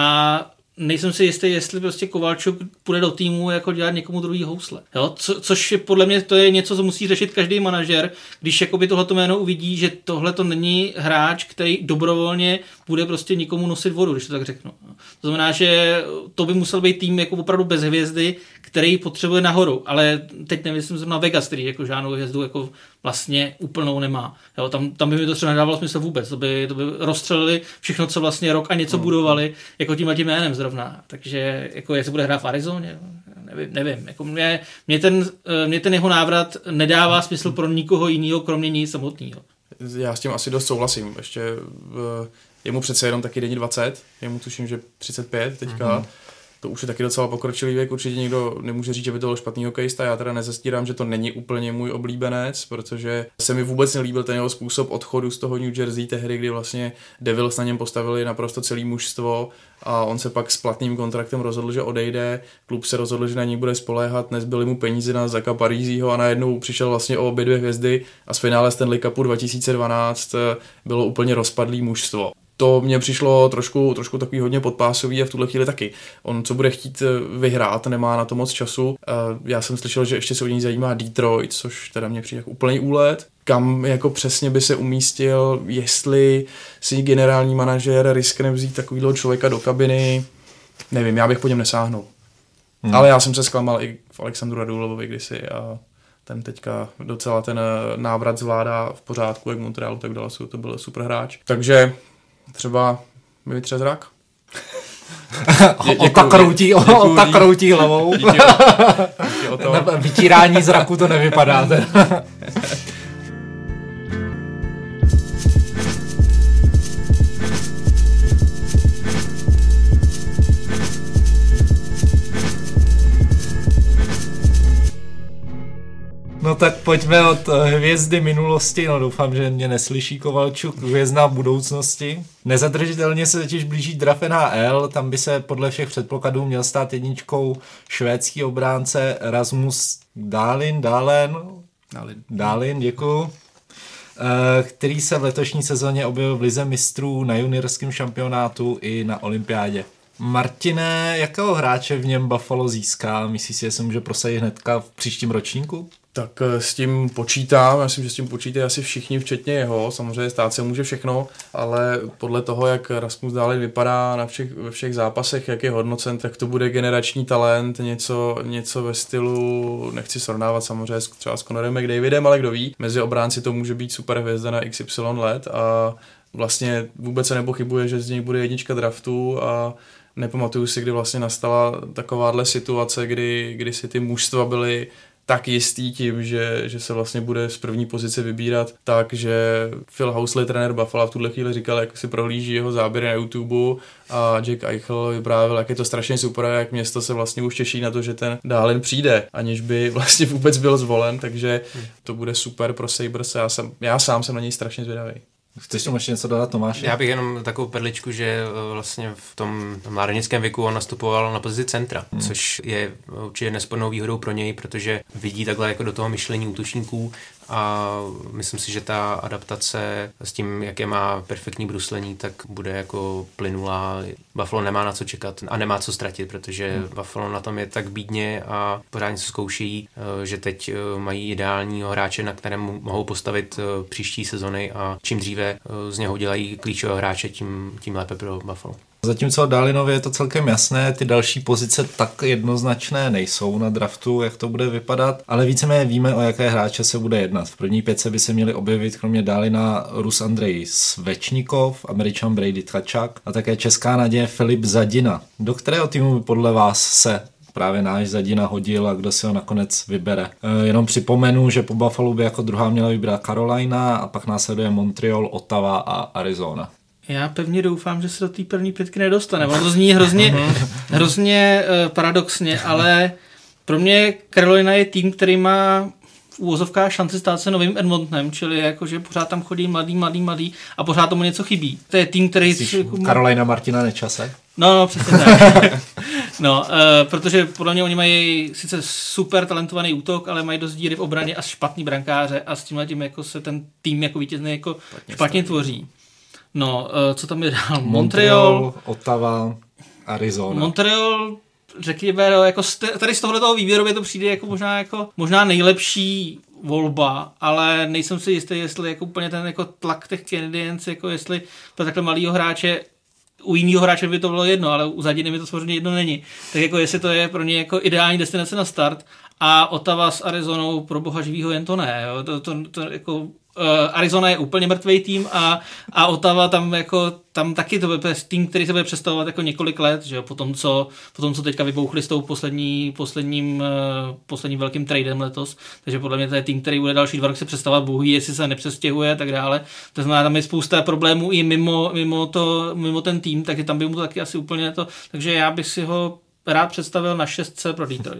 a nejsem si jistý, jestli prostě Kovalčuk půjde do týmu jako dělat někomu druhý housle. Jo? Co, což je podle mě to je něco, co musí řešit každý manažer, když jakoby tohleto jméno uvidí, že tohle to není hráč, který dobrovolně bude prostě nikomu nosit vodu, když to tak řeknu. To znamená, že to by musel být tým jako opravdu bez hvězdy, který potřebuje nahoru, ale teď nemyslím na Vegas, který jako žádnou hvězdu jako vlastně úplnou nemá. Jo? Tam, tam by mi to třeba nedávalo smysl vůbec, to by, to by rozstřelili všechno, co vlastně rok a něco mm. budovali, jako tímhle tím jménem zrovna. Takže jako jestli bude hrát v Arizoně, nevím, nevím. Jako mě, mě, ten, mě ten jeho návrat nedává smysl pro nikoho jiného, kromě něj samotného. Já s tím asi dost souhlasím. Ještě je mu přece jenom taky denní dvacet, je mu tuším, že třicet pět teďka. Mm-hmm. To už je taky docela pokročilý věk, určitě někdo nemůže říct, že by to byl špatný hokejista, já teda nezastírám, že to není úplně můj oblíbenec, protože se mi vůbec nelíbil ten jeho způsob odchodu z toho New Jersey tehdy, kdy vlastně Devils na něm postavili naprosto celý mužstvo a on se pak s platným kontraktem rozhodl, že odejde, klub se rozhodl, že na něj bude spoléhat, nezbyly mu peníze na Zacka Parísího a najednou přišel vlastně o obě dvě hvězdy a z finále Stanley Cupu dva tisíce dvanáct bylo úplně rozpadlý mužstvo. to mně přišlo trošku, trošku takový hodně podpásový a v tuhle chvíli taky. On, co bude chtít vyhrát, nemá na to moc času. Já jsem slyšel, že ještě se o něj zajímá Detroit, což teda mě přijde jako úplný úlet. Kam jako přesně by se umístil, jestli si generální manažer riskne vzít takovýhle člověka do kabiny, nevím, já bych po něm nesáhnul. Hmm. Ale já jsem se zklamal i v Alexandru Radulovovi kdysi a ten teďka docela ten návrat zvládá v pořádku, jak v Montrealu, tak dále, to byl super hráč. Takže třeba mi vytře zrak. O tak kroutí, o tak kroutí hlavou. Díky, díky o to. Na vytírání zraku to nevypadá. No tak pojďme od hvězdy minulosti, no doufám, že mě neslyší Kovalčuk, hvězda budoucnosti. Nezadržitelně se totiž blíží draft N H L, tam by se podle všech předpokladů měl stát jedničkou švédský obránce Rasmus Dahlin, Dahlen, Dahlin, Dahlin, děkuju, který se v letošní sezóně objevil v lize mistrů na juniorském šampionátu i na olympiádě. Martine, jakého hráče v něm Buffalo získá? Myslíš si, že se může prosadit hnedka v příštím ročníku? Tak s tím počítám, já myslím, že s tím počítají asi všichni, včetně jeho, samozřejmě stát se může všechno, ale podle toho, jak Rasmus Dahlin vypadá na všech, ve všech zápasech, jak je hodnocen, tak to bude generační talent, něco, něco ve stylu, nechci srovnávat samozřejmě třeba s Connorem McDavidem, ale kdo ví, mezi obránci to může být super hvězda na X Y let a vlastně vůbec se nepochybuje, že z něj bude jednička draftu a nepamatuju si, kdy vlastně nastala takováhle situace, kdy, kdy si ty mužstva byly tak jistý tím, že, že se vlastně bude z první pozice vybírat, takže Phil Housley, trenér Buffalo, v tuhle chvíli říkal, jak si prohlíží jeho záběry na YouTube a Jack Eichel vyprávěl, jak je to strašně super, jak město se vlastně už těší na to, že ten Dahlin přijde, aniž by vlastně vůbec byl zvolen, takže to bude super pro Sabres. Já, jsem, já sám jsem na něj strašně zvědavý. Chceš tomu ještě něco dodat, Tomáši? Já bych jenom takovou perličku, že vlastně v tom mládežnickém věku on nastupoval na pozici centra, hmm. což je určitě nespornou výhodou pro něj, protože vidí takhle jako do toho myšlení útočníků a myslím si, že ta adaptace s tím, jaké má perfektní bruslení, tak bude jako plynulá. Buffalo nemá na co čekat a nemá co ztratit, protože hmm. Buffalo na tom je tak bídně a pořádně se zkouší, že teď mají ideálního hráče, na kterém mohou postavit příští sezony a čím dříve z něho dělají klíčového hráče, tím, tím lépe pro Buffalo. Zatímco Dahlinovi je to celkem jasné, ty další pozice tak jednoznačné nejsou na draftu, jak to bude vypadat, ale víceméně víme, o jaké hráče se bude jednat. V první pětce by se měli objevit kromě Dahlina Rus Andrej Svečníkov, Američan Brady Tkachuk a také česká naděje Filip Zadina. Do kterého týmu by podle vás se právě náš Zadina hodil a kdo si ho nakonec vybere? E, jenom připomenu, že po Buffalo by jako druhá měla vybrat Carolina a pak následuje Montreal, Ottawa a Arizona. Já pevně doufám, že se do té první pětky nedostane. Ono to zní hrozně, hrozně uh, paradoxně, ale pro mě Carolina je tým, který má v úvozovkách šanci stát se novým Edmontonem, čili jako, že pořád tam chodí mladý, mladý, mladý a pořád tomu něco chybí. To je tým, který... Jsi Carolina Martina Nečase? No, no, přesně tak. No, uh, protože podle mě oni mají sice super talentovaný útok, ale mají dost díry v obraně a špatný brankáře a s tímhle tím jako se ten tým jako vítězný jako špatně, špatně tvoří. No, uh, co tam je dál? Montreal, Montreal, Ottawa, Arizona. Montreal, řekněme, jako z t- tady z tohoto výběru mi to přijde jako možná, jako možná nejlepší volba, ale nejsem si jistý, jestli jako úplně ten jako tlak těch Canadiens, jako jestli pro takhle malýho hráče, u jiného hráče by to bylo jedno, ale u Zadiny mi to samozřejmě jedno není. Tak jako jestli to je pro ně jako ideální destinace na start a Ottawa s Arizonou pro boha živýho jen to ne. Jo? To, to, to jako Uh, Arizona je úplně mrtvý tým a, a Ottawa tam jako tam taky to bude tým, který se bude představovat jako několik let, že jo, po tom, co, po tom, co teďka vybouchli s tou poslední, posledním, uh, posledním velkým tradem letos, takže podle mě to je tým, který bude další dva roky se představovat, bohu jestli se nepřestěhuje a tak dále, to znamená, tam je spousta problémů i mimo, mimo, to, mimo ten tým, takže tam by mu to taky asi úplně to, takže já bych si ho rád představil na šestce pro Detroit.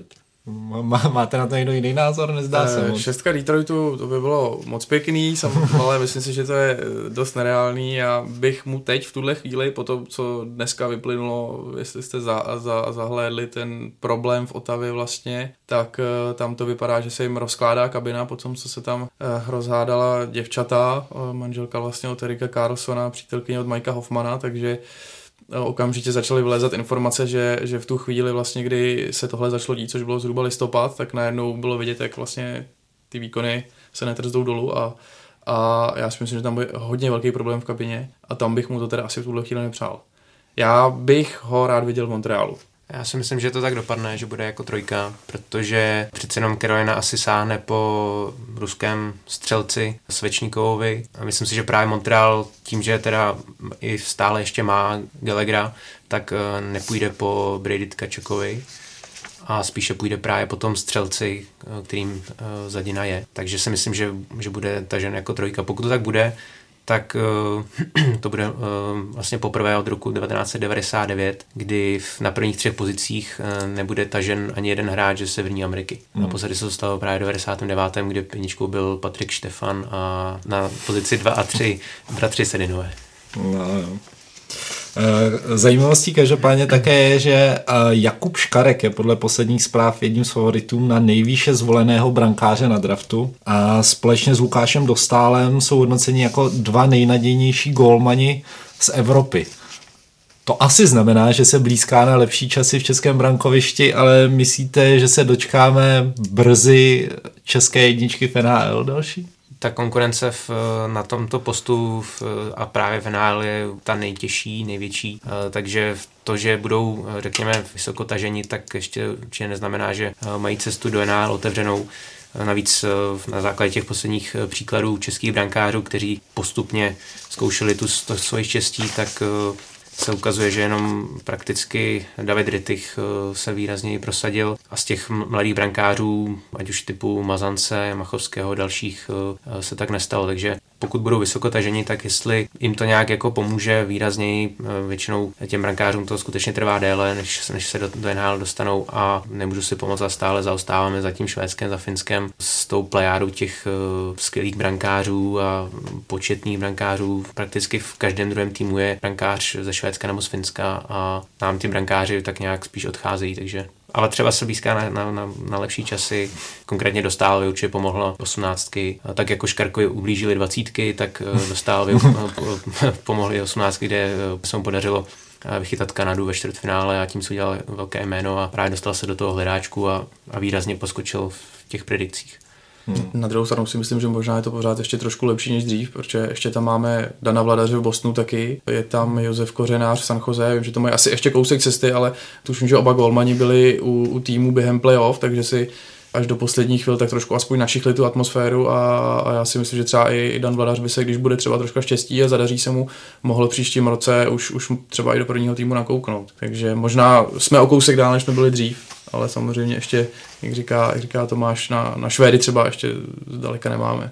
Má, máte na to někdo jiný názor? Nezdá se moc. Šestka Detroitu, to by bylo moc pěkný, sam, ale myslím si, že to je dost nereálný. Já bych mu teď v tuhle chvíli, po tom, co dneska vyplynulo, jestli jste za, za, zahlédli ten problém v Otavě vlastně, tak uh, tam to vypadá, že se jim rozkládá kabina po tom, co se tam uh, rozhádala děvčata, uh, manželka vlastně od Erika Carlsona, přítelkyně od Mikea Hoffmana, takže okamžitě začaly vlézat informace, že, že v tu chvíli vlastně, kdy se tohle začalo dít, což bylo zhruba listopad, tak najednou bylo vidět, jak vlastně ty výkony se netrzdou dolů a, a já si myslím, že tam bude hodně velký problém v kabině a tam bych mu to teda asi v tuhle chvíli nepřál. Já bych ho rád viděl v Montrealu. Já si myslím, že to tak dopadne, že bude jako trojka, protože přece jenom Carolina asi sáhne po ruském střelci Svečníkovovi a myslím si, že právě Montreal tím, že teda i stále ještě má Gallaghera, tak nepůjde po Brady Tkačekovi a spíše půjde právě po tom střelci, kterým Zadina je. Takže si myslím, že, že bude tažen jako trojka. Pokud to tak bude, tak uh, to bude uh, vlastně poprvé od roku devatenáct set devadesát devět, kdy na prvních třech pozicích uh, nebude tažen ani jeden hráč ze Severní Ameriky. Hmm. Naposledy se to stalo právě v devadesátém devátém, kdy jedničkou byl Patrik Štefan a na pozici dva a tři bratři Sedinové. No, no. Zajímavostí každopádně také je, že Jakub Škarek je podle posledních zpráv jedním z favoritů na nejvýše zvoleného brankáře na draftu a společně s Lukášem Dostálem jsou hodnoceni jako dva nejnadějnější gólmani z Evropy. To asi znamená, že se blízká na lepší časy v českém brankovišti, ale myslíte, že se dočkáme brzy české jedničky v N H L další? Ta konkurence v, na tomto postu v, a právě v N H L je ta nejtěžší, největší, takže to, že budou, řekněme, vysoko taženi, tak ještě určitě neznamená, že mají cestu do N H L otevřenou. Navíc na základě těch posledních příkladů českých brankářů, kteří postupně zkoušeli tu to svoje štěstí, tak se ukazuje, že jenom prakticky David Rittich se výrazněji prosadil a z těch mladých brankářů, ať už typu Mazance, Machovského, dalších, se tak nestalo, takže pokud budou vysoko taženi, tak jestli jim to nějak jako pomůže výrazněji, většinou těm brankářům to skutečně trvá déle, než, než se do, do N H L dostanou a nemůžu si pomoct a stále zaostáváme za tím Švédskem, za Finskem s tou plejádou těch uh, skvělých brankářů a početných brankářů. Prakticky v každém druhém týmu je brankář ze Švédska nebo z Finska a nám ty brankáři tak nějak spíš odcházejí, takže ale třeba se blízká na, na, na, na lepší časy, konkrétně Dostálovi určitě pomohlo osmnáctky, a tak jako Škarkovi ublížili dvacítky, tak Dostálovi pomohli osmnáctky, kde se mu podařilo vychytat Kanadu ve čtvrtfinále a tím se udělal velké jméno a právě dostal se do toho hledáčku a, a výrazně poskočil v těch predikcích. Hmm. Na druhou stranu si myslím, že možná je to pořád ještě trošku lepší než dřív, protože ještě tam máme Dana Vladaře v Bostonu taky, je tam Josef Kořenář v San Jose, vím, že to mají asi ještě kousek cesty, ale tuším, že oba golmani byli u, u týmu během playoff, takže si až do posledních chvil tak trošku aspoň načichli tu atmosféru a, a já si myslím, že třeba i Dan Vladař by se, když bude třeba trošku štěstí a zadaří se mu, mohl příštím roce už, už třeba i do prvního týmu nakouknout. Takže možná jsme o kousek dál, než jsme byli dřív, ale samozřejmě ještě, jak říká, jak říká Tomáš, na, na Švédy třeba ještě zdaleka nemáme.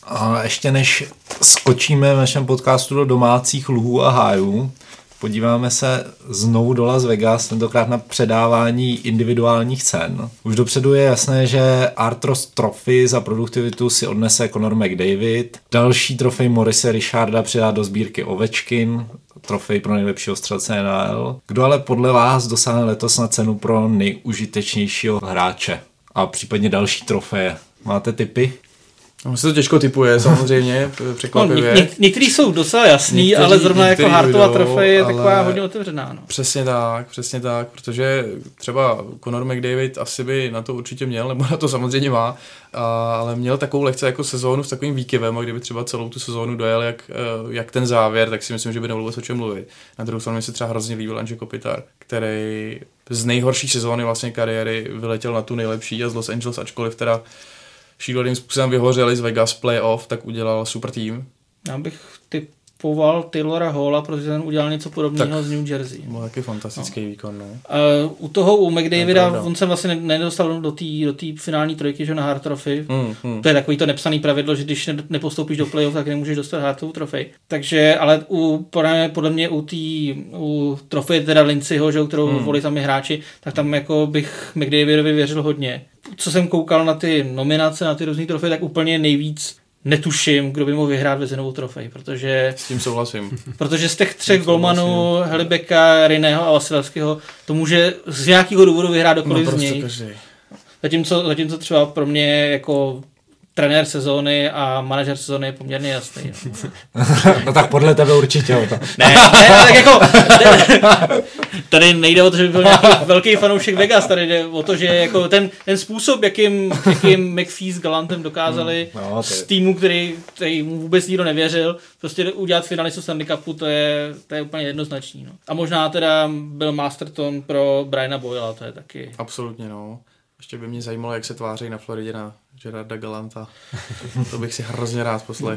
A ještě než skočíme v našem podcastu do domácích luhů a hájů, podíváme se znovu do Las Vegas, tentokrát na předávání individuálních cen. Už dopředu je jasné, že Artros Trophy za produktivitu si odnese Connor McDavid. Další trofej Morrise Richarda přidá do sbírky Ovečkin, trofej pro nejlepšího střelce N H L. Kdo ale podle vás dosáhne letos na cenu pro nejužitečnějšího hráče? A případně další trofeje. Máte tipy? No, se to těžko typuje, samozřejmě, překvapivě. No, něk- některý jsou docela jasný, někteří, ale zrovna jako Hartova trofej je taková hodně otevřená. No. Přesně tak, přesně tak, protože třeba Connor McDavid asi by na to určitě měl, nebo na to samozřejmě má, a, ale měl takovou lehce jako sezónu s takovým výkyvem, a kdyby třeba celou tu sezónu dojel jak, jak ten závěr, tak si myslím, že by nebylo vůbec o čem mluvit. Na druhou stranu mi se třeba hrozně líbil Anže Kopitar, který z nejhorší sezóny vlastně kariéry vyletěl na tu nejlepší a z Los Angeles, ačkoliv teda šíleným způsobem vyhořeli z Vegas playoff, tak udělal super tým. Já bych ty kupoval Taylora Halla, protože ten udělal něco podobného tak z New Jersey. Byl taky fantastický no. výkon, no. Uh, u toho, u McDavida, on se vlastně nedostal do té do té finální trojky, že na Hart Trophy. Mm, mm. To je takový to nepsaný pravidlo, že když nepostoupíš do playoff, tak nemůžeš dostat Hartovu trofej. Takže, ale u, podle mě u té u trofeje teda Lindsayho, že, kterou mm. volí sami hráči, tak tam jako bych McDavidovi věřil hodně. Co jsem koukal na ty nominace, na ty různý trofeje, tak úplně nejvíc netuším, kdo by mohl vyhrát Vezinovou trofej, protože... S tím souhlasím. Protože z těch třech golmanů, Helibeka, Rinného a Vasilevského, to může z nějakého důvodu vyhrát dokoliv no, z něj. Zatímco, zatímco třeba pro mě jako trenér sezóny a manažer sezóny je poměrně jasný. No tak podle tebe určitě. Ne, ne, tak jako tady nejde o to, že by byl nějaký velký fanoušek Vegas, tady jde o to, že jako ten, ten způsob, jakým, jakým McPhee s Galantem dokázali hmm, no, z týmu, který, který mu vůbec nikdo nevěřil, prostě udělat finalistu Stanley Cupu, to je, to je úplně jednoznačný. No. A možná teda byl Masterton pro Briana Boyla, to je taky... Absolutně, no. Ještě by mě zajímalo, jak se tváří na Floridě na Gerarda Gallanta. To bych si hrozně rád poslech.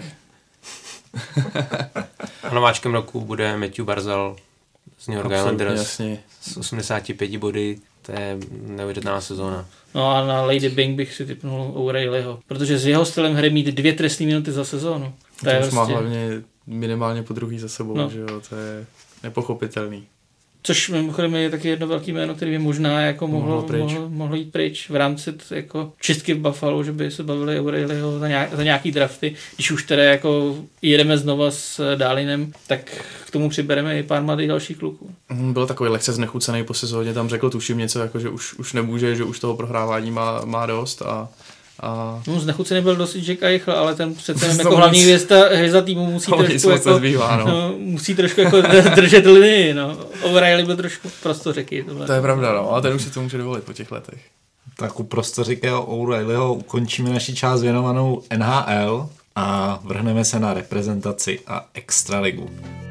A nováčkem roku bude Matthew Barzal z New York Islanders s osmdesáti pěti body. To je neuvěřitelná sezóna. No a na Lady Byng bych si typnul O'Reillyho, protože s jeho stylem hry mít dvě trestné minuty za sezónu. To, to už vlastně... má hlavně minimálně po druhý za sebou, no. Že jo, to je nepochopitelný. Což mimochodem je taky jedno velké jméno, který by možná jako mohlo, mohlo, mohlo, mohlo jít pryč v rámci t, jako čistky v Buffalo, že by se bavili O'Reillyho za, nějak, za nějaký drafty. Když už teda jako jedeme znova s Dálinem, tak k tomu přibereme i pár mladých dalších kluků. Byl takový lehce znechucený po sezóně, tam řekl tuším něco, jako, že už, už nemůže, že už toho prohrávání má, má dost a A... No, znechucený byl dost Jack Eichel, ale ten přece jako hlavní hvězda, hvězda týmu musí trošku, jako, zbývá, no. No, musí trošku jako držet linii. No. O'Reilly byl trošku prostořeký. To je pravda, no, ale ten už si to může dovolit po těch letech. Tak u prostořekého O'Reillyho ukončíme naši část věnovanou N H L a vrhneme se na reprezentaci a extraligu.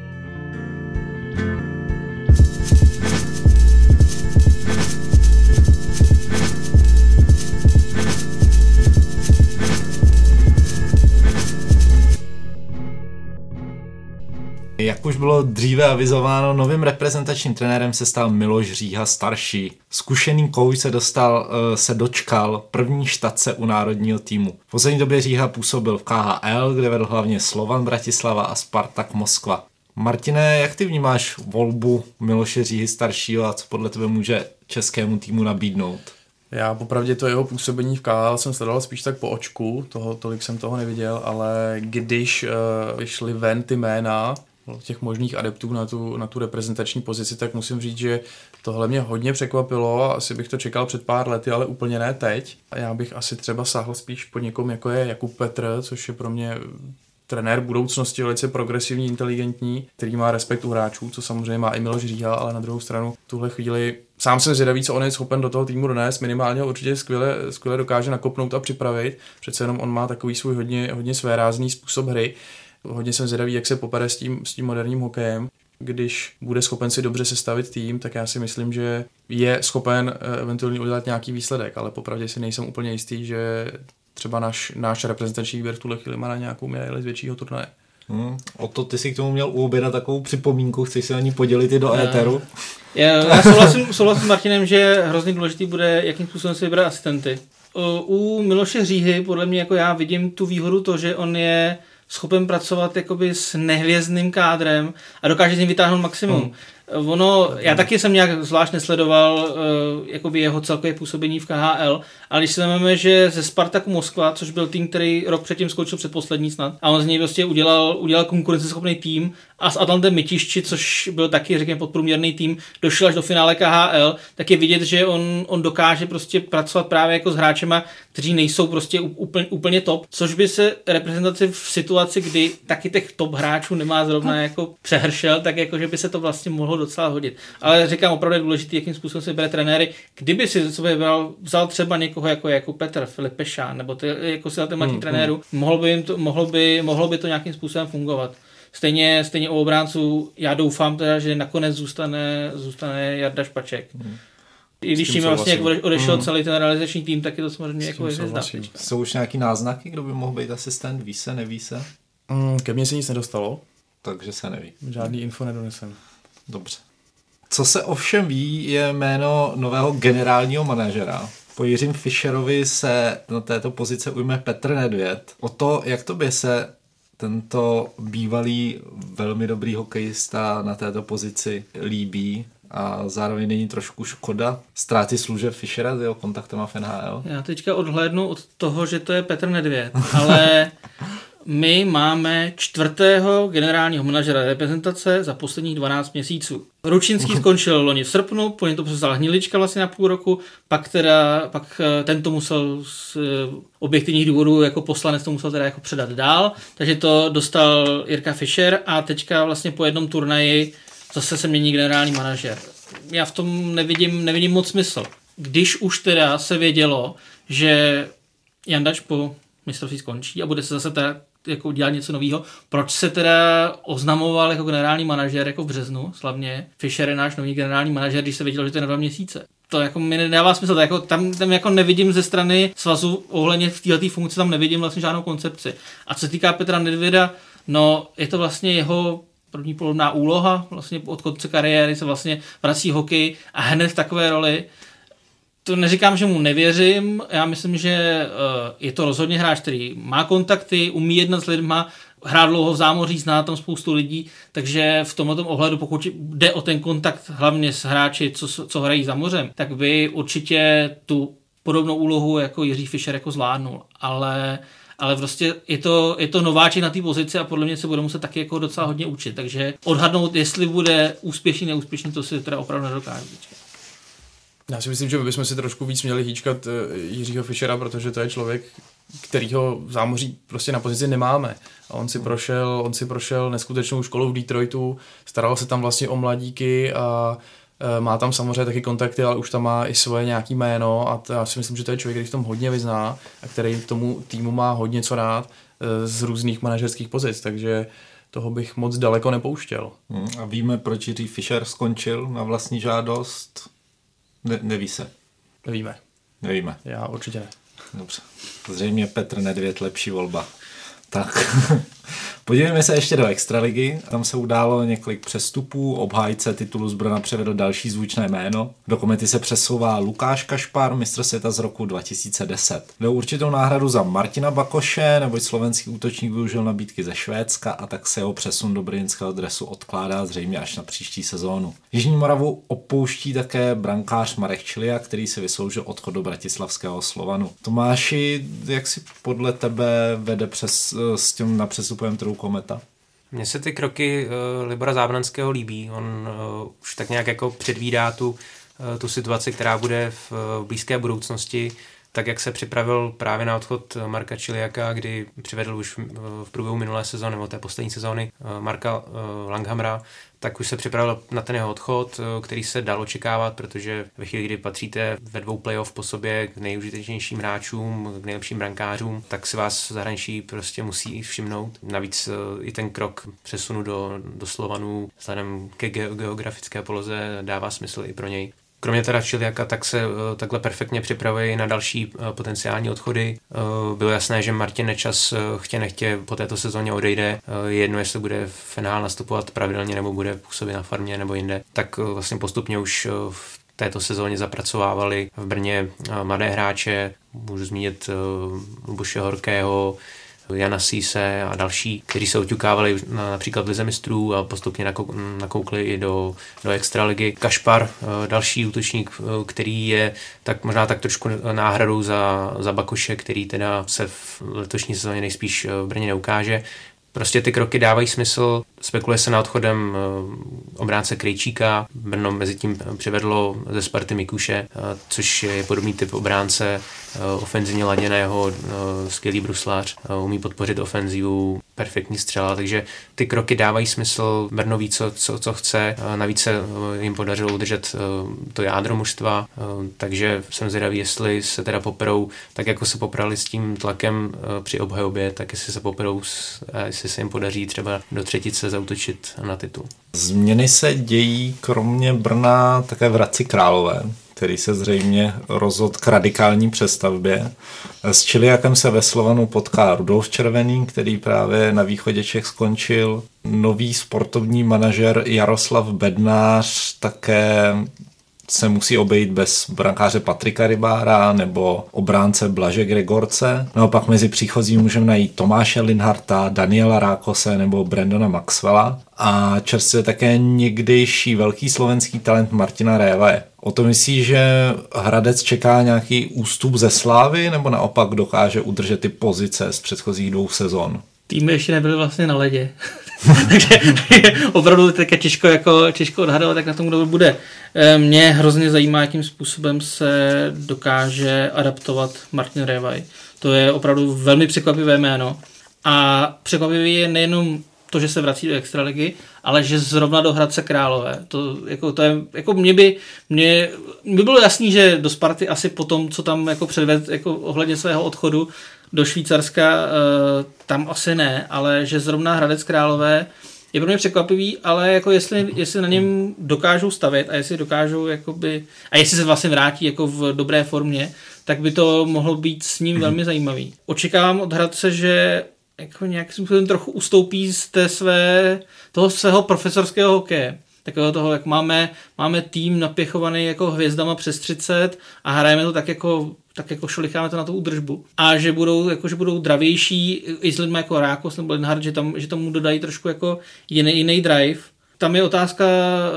Jak už bylo dříve avizováno, novým reprezentačním trenérem se stal Miloš Říha starší. Zkušený kouč se dostal, se dočkal první štace u národního týmu. V poslední době Říha působil v K H L, kde vedl hlavně Slovan Bratislava a Spartak Moskva. Martine, jak ty vnímáš volbu Miloše Říhy staršího a co podle tebe může českému týmu nabídnout? Já popravdě to jeho působení v K H L jsem sledoval spíš tak po očku, toho, tolik jsem toho neviděl, ale když uh, vyšly ven ty jména těch možných adeptů na tu, na tu reprezentační pozici, tak musím říct, že tohle mě hodně překvapilo. Asi bych to čekal před pár lety, ale úplně ne teď. A já bych asi třeba sáhl spíš po někom, jako je Jakub Petr, což je pro mě trenér budoucnosti, velice progresivní, inteligentní, který má respekt u hráčů, co samozřejmě má i Miloš Říha, ale na druhou stranu v tuhle chvíli sám jsem zvědavý, co on je schopen do toho týmu donést. Minimálně ho určitě skvěle, skvěle dokáže nakopnout a připravit. Přece jenom on má takový svůj hodně, hodně svérázný způsob hry. Hodně jsem zvědavý, jak se popere s tím, s tím moderním hokejem. Když bude schopen si dobře sestavit tým, tak já si myslím, že je schopen eventuálně udělat nějaký výsledek, ale popravdě si nejsem úplně jistý, že třeba náš, náš reprezentační výběr v tuhle chvíli má na nějakou medaili z většího turnaje. Hmm, o to ty si k tomu měl u oběda takovou připomínku, chceš se na ní podělit i do éteru? Já, já souhlasím, souhlasím s Martinem, že hrozně důležitý bude, jakým způsobem si vybrat asistenty. U Miloše Říhy podle mě jako já vidím tu výhodu to, že on je schopen pracovat jakoby s nehvězdným kádrem a dokáže z něj vytáhnout maximum. Hmm. Ono, já taky jsem nějak zvlášť nesledoval uh, jakoby jeho celkové působení v K H L, ale když si vezmeme, že ze Spartaku Moskva, což byl tým, který rok předtím skončil předposlední snad, a on z něj prostě udělal, udělal konkurenceschopný tým a s Atlantem Mytišči, což byl taky, řekněme, podprůměrný tým, došel až do finále K H L, tak je vidět, že on, on dokáže prostě pracovat právě jako s hráčema, kteří nejsou prostě úplně, úplně top, což by se reprezentaci v situaci, kdy taky těch top hráčů nemá zrovna jako přehršel, tak jako, že by se to vlastně mohlo docela hodit. Ale říkám, opravdu je důležitý, jakým způsobem se bere trenéry. Kdyby si sobě vzal, vzal třeba někoho jako, jako Petr, Filip Pešán, nebo ty, jako si na hmm, trenérů, hmm. mohlo, by jim to, mohlo, by, mohlo by to nějakým způsobem fungovat. Stejně, stejně u obránců, já doufám teda, že nakonec zůstane, zůstane Jarda Špaček. Hmm. I když tím vlastně jak odešel hmm. celý ten realizační tým, tak je to samozřejmě jako hvězda. Jsou už nějaký náznaky, kdo by mohl být asistent, ví se, neví se? Mm, ke mně se nic nedostalo. takže se neví. Žádný info nedonesem. Dobře. Co se ovšem ví, je jméno nového generálního manažera. Po Jiřím Fischerovi se na této pozice ujme Petr Nedvěd. O to, jak tobě se tento bývalý velmi dobrý hokejista na této pozici líbí a zároveň není trošku škoda ztráty služeb Fischera s jeho kontaktama v N H L? Já teďka odhlédnu od toho, že to je Petr Nedvěd, ale my máme čtvrtého generálního manažera reprezentace za posledních dvanáct měsíců. Ručinský skončil loni v srpnu, po něm to převzal Hnilička vlastně na půl roku, pak teda, pak tento musel z objektivních důvodů jako poslanec to musel teda jako předat dál, takže to dostal Jirka Fischer a teďka vlastně po jednom turnaji zase se mění generální manažer. Já v tom nevidím, nevidím moc smysl. Když už teda se vědělo, že Jandač po mistrovství skončí a bude se zase teda jako dělat něco nového. Proč se teda oznamoval jako generální manažer jako v březnu slavně? Fischer je náš nový generální manažer, když se vědělo, že to je na dva měsíce. To jako mi nedává smysl. Jako, tam, tam jako nevidím ze strany svazu ohledně v této funkci, tam nevidím vlastně žádnou koncepci. A co se týká Petra Nedvěda, no je to vlastně jeho první podobná úloha, vlastně od konce kariéry se vlastně vrací hokej a hned v takové roli. To neříkám, že mu nevěřím, já myslím, že je to rozhodně hráč, který má kontakty, umí jednat s lidma, hrá dlouho v zámoří, zná tam spoustu lidí, takže v tomto ohledu, pokud jde o ten kontakt hlavně s hráči, co, co hrají za mořem, tak by určitě tu podobnou úlohu jako Jiří Fischer jako zvládnul, ale ale prostě je to, je to nováček na té pozici a podle mě se bude muset taky jako docela hodně učit, takže odhadnout, jestli bude úspěšný, neúspěšný, to si teda opravdu nedokážu. Já si myslím, že bychom si trošku víc měli hýčkat Jiřího Fischera, protože to je člověk, kterýho v zámoří prostě na pozici nemáme. A on si prošel, on si prošel neskutečnou školu v Detroitu, staral se tam vlastně o mladíky a má tam samozřejmě taky kontakty, ale už tam má i svoje nějaký jméno a to, já si myslím, že to je člověk, který v tom hodně vyzná a který tomu týmu má hodně co dát z různých manažerských pozic, takže toho bych moc daleko nepouštěl. Hmm, a víme, proč Jiří Fischer skončil na vlastní žádost? Ne, neví se. Nevíme. Nevíme. Já určitě ne. Dobře. Zřejmě Petr Nedvěd lepší volba. Tak. Podívejme se ještě do extraligy. Tam se událo několik přestupů. Obhájce titulu z Brna převedl další zvučné jméno. Do Komety se přesouvá Lukáš Kašpar, mistr světa z roku dva tisíce deset. Jde o určitou náhradu za Martina Bakoše, neboť slovenský útočník využil nabídky ze Švédska a tak se jeho přesun do brněnského dresu odkládá zřejmě až na příští sezónu. Jižní Moravu opouští také brankář Marek Čilia, který si vysloužil odchod do bratislavského Slovanu. Tomáši, jak si podle tebe vede přes, s tím na přestupovém trhu Kometa? Mně se ty kroky uh, Libora Zábranského líbí. On uh, už tak nějak jako předvídá tu, uh, tu situaci, která bude v uh, blízké budoucnosti, tak jak se připravil právě na odchod Marka Čiliaka, kdy přivedl už uh, v průběhu minulé sezóny, nebo té poslední sezóny uh, Marka uh, Langhamra, tak už se připravil na ten jeho odchod, který se dal očekávat, protože ve chvíli, kdy patříte ve dvou playoff po sobě k nejužitečnějším hráčům, k nejlepším brankářům, tak si vás v zahraničí prostě musí všimnout. Navíc i ten krok přesunu do, do Slovanů vzhledem ke geografické poloze dává smysl i pro něj. Kromě teda Čiliaka, tak se uh, takhle perfektně připravuje na další uh, potenciální odchody. Uh, bylo jasné, že Martin Nečas uh, chtě nechtě po této sezóně odejde. Uh, jedno, jestli bude v N H L nastupovat pravidelně, nebo bude působit na farmě, nebo jinde. Tak uh, vlastně postupně už uh, v této sezóně zapracovávali v Brně uh, mladé hráče. Můžu zmínit uh, Luboše Horkého, Jana Sise a další, kteří se oťukávali na, například v Lize mistrů a postupně nakoukli i do, do extraligy. Kašpar, další útočník, který je tak možná tak trošku náhradou za, za Bakoše, který teda se v letošní sezóně nejspíš v Brně neukáže. Prostě ty kroky dávají smysl. Spekuluje se na odchodem obránce Krejčíka. Brno mezi tím přivedlo ze Sparty Mikuše, což je podobný typ obránce, ofenzivně laděného, skvělý bruslář, umí podpořit ofenzivu, perfektní střela, takže ty kroky dávají smysl. Brno ví, co, co, co chce. Navíc se jim podařilo udržet to jádro mužstva, takže jsem zvědavý, jestli se teda poperou, tak jako se poprali s tím tlakem při obhajobě, tak jestli se poperou, jestli se jim podaří třeba do třetice zaútočit na titul. Změny se dějí kromě Brna také v Hradci Králové. který se zřejmě rozhodl k radikální přestavbě. S Čiliakem se ve Slovanu potká Rudolf Červený, který právě na východě Čech skončil. Nový sportovní manažer Jaroslav Bednář také se musí obejít bez brankáře Patrika Rybára nebo obránce Blaže Gregorce. Naopak mezi příchozí můžeme najít Tomáše Linharta, Daniela Rákose nebo Brandona Maxwella a čerstvě také někdejší velký slovenský talent Martina Réve. O to myslí, že Hradec čeká nějaký ústup ze Slávy nebo naopak dokáže udržet ty pozice z předchozích dvou sezon? Týmy ještě nebyly vlastně na ledě. Takže opravdu také těžko, jako, těžko odhadovat, jak na tom kdo bude. Mě hrozně zajímá, jakým způsobem se dokáže adaptovat Martin Révaj. To je opravdu velmi překvapivé jméno. A překvapivé je nejenom to, že se vrací do extraligy, ale že zrovna do Hradce Králové. To, jako, to je, jako mě by, mě, by bylo jasný, že do Sparty asi po tom, co tam jako předved jako ohledně svého odchodu do Švýcarska, tam asi ne, ale že zrovna Hradec Králové je pro mě překvapivý, ale jako jestli, jestli na něm dokážou stavět a jestli dokážou jakoby, a jestli se vlastně vrátí jako v dobré formě, tak by to mohlo být s ním velmi zajímavý. Očekávám od Hradce, že jako nějakým způsobem trochu ustoupí z té své, toho svého profesorského hokeje. Takového toho, jak máme, máme tým napěchovaný jako hvězdama přes třicet a hrajeme to tak jako tak jako šolicháme to na tu údržbu. A že budou, jako, že budou dravější i s lidmi jako Rákos nebo Linhart, že, tam, že tomu dodají trošku jako jiný, jiný drive. Tam je otázka,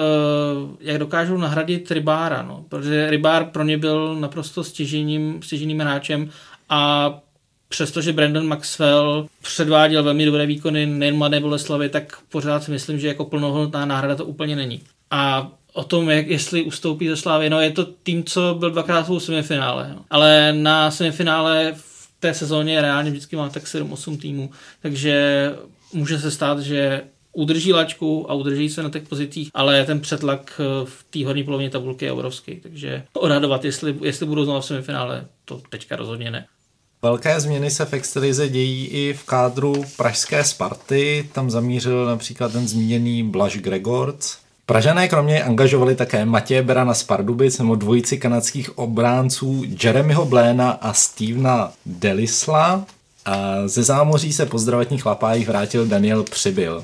jak dokážou nahradit Rybára, no. Protože Rybár pro ně byl naprosto stěžejním, stěžejným hráčem a přestože Brandon Maxwell předváděl velmi dobré výkony nejen Mladé Boleslavi, tak pořád si myslím, že jako plnohodnotná náhrada to úplně není. A o tom, jak, jestli ustoupí ze Slávy, no je to tým, co byl dvakrát v semifinále. No. Ale na semifinále v té sezóně reálně vždycky má tak sedm osm týmů, takže může se stát, že udrží lačku a udrží se na těch pozicích, ale ten přetlak v té horní polovině tabulky je obrovský, takže odhadovat, jestli, jestli budou znovu v semifinále, to teďka rozhodně ne. Velké změny se v extralize dějí i v kádru pražské Sparty, tam zamířil například ten zmíněný Blaž Gregorc. Pražané kromě angažovali také Matěje Berana z Pardubic nebo dvojici kanadských obránců Jeremyho Bléna a Stevena Delisla. A ze zámoří se po zdravotních lapájích vrátil Daniel Přibyl.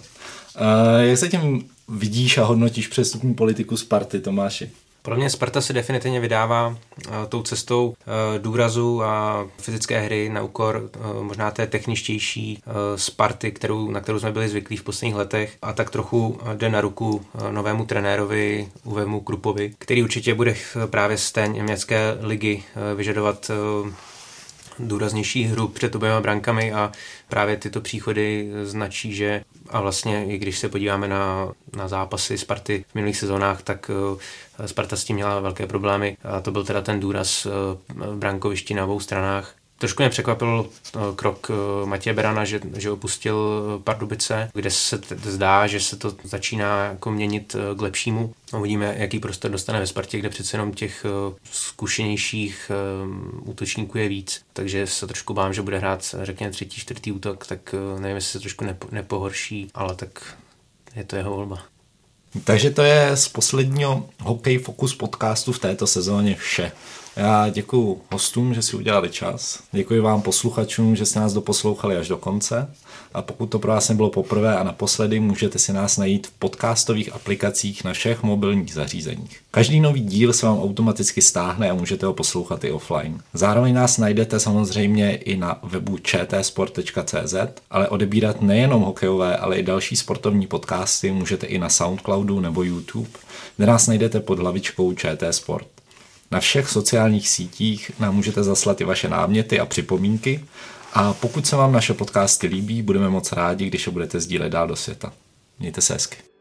A jak se tím vidíš a hodnotíš přestupní politiku Sparty, Tomáši? Pro mě Sparta se definitivně vydává uh, tou cestou uh, důrazu a fyzické hry na úkor uh, možná té techničtější uh, Sparty, kterou, na kterou jsme byli zvyklí v posledních letech a tak trochu uh, jde na ruku uh, novému trenérovi Uvemu Krupovi, který určitě bude uh, právě z té německé ligy uh, vyžadovat uh, důraznější hru před oběma brankami a právě tyto příchody značí, že a vlastně i když se podíváme na, na zápasy Sparty v minulých sezónách, tak uh, Sparta s tím měla velké problémy a to byl teda ten důraz uh, brankovišti na obou stranách. Trošku mě překvapil krok Matěje Berana, že, že opustil Pardubice, kde se t- zdá, že se to začíná jako měnit k lepšímu. Uvidíme, jaký prostor dostane ve Spartě, kde přece jenom těch zkušenějších útočníků je víc. Takže se trošku bám, že bude hrát, řekněme, třetí, čtvrtý útok, tak nevím, jestli se trošku nepo- nepohorší, ale tak je to jeho volba. Takže to je z posledního Hokej Focus podcastu v této sezóně vše. Já děkuji hostům, že si udělali čas. Děkuji vám posluchačům, že jste nás doposlouchali až do konce. A pokud to pro vás nebylo poprvé a naposledy, můžete si nás najít v podcastových aplikacích na všech mobilních zařízeních. Každý nový díl se vám automaticky stáhne a můžete ho poslouchat i offline. Zároveň nás najdete samozřejmě i na webu č t sport tečka c z, ale odebírat nejenom hokejové, ale i další sportovní podcasty můžete i na Soundcloudu nebo YouTube, kde nás najdete pod hlavičkou Č T Sport. Na všech sociálních sítích nám můžete zaslat i vaše náměty a připomínky a pokud se vám naše podcasty líbí, budeme moc rádi, když je budete sdílet dál do světa. Mějte se hezky.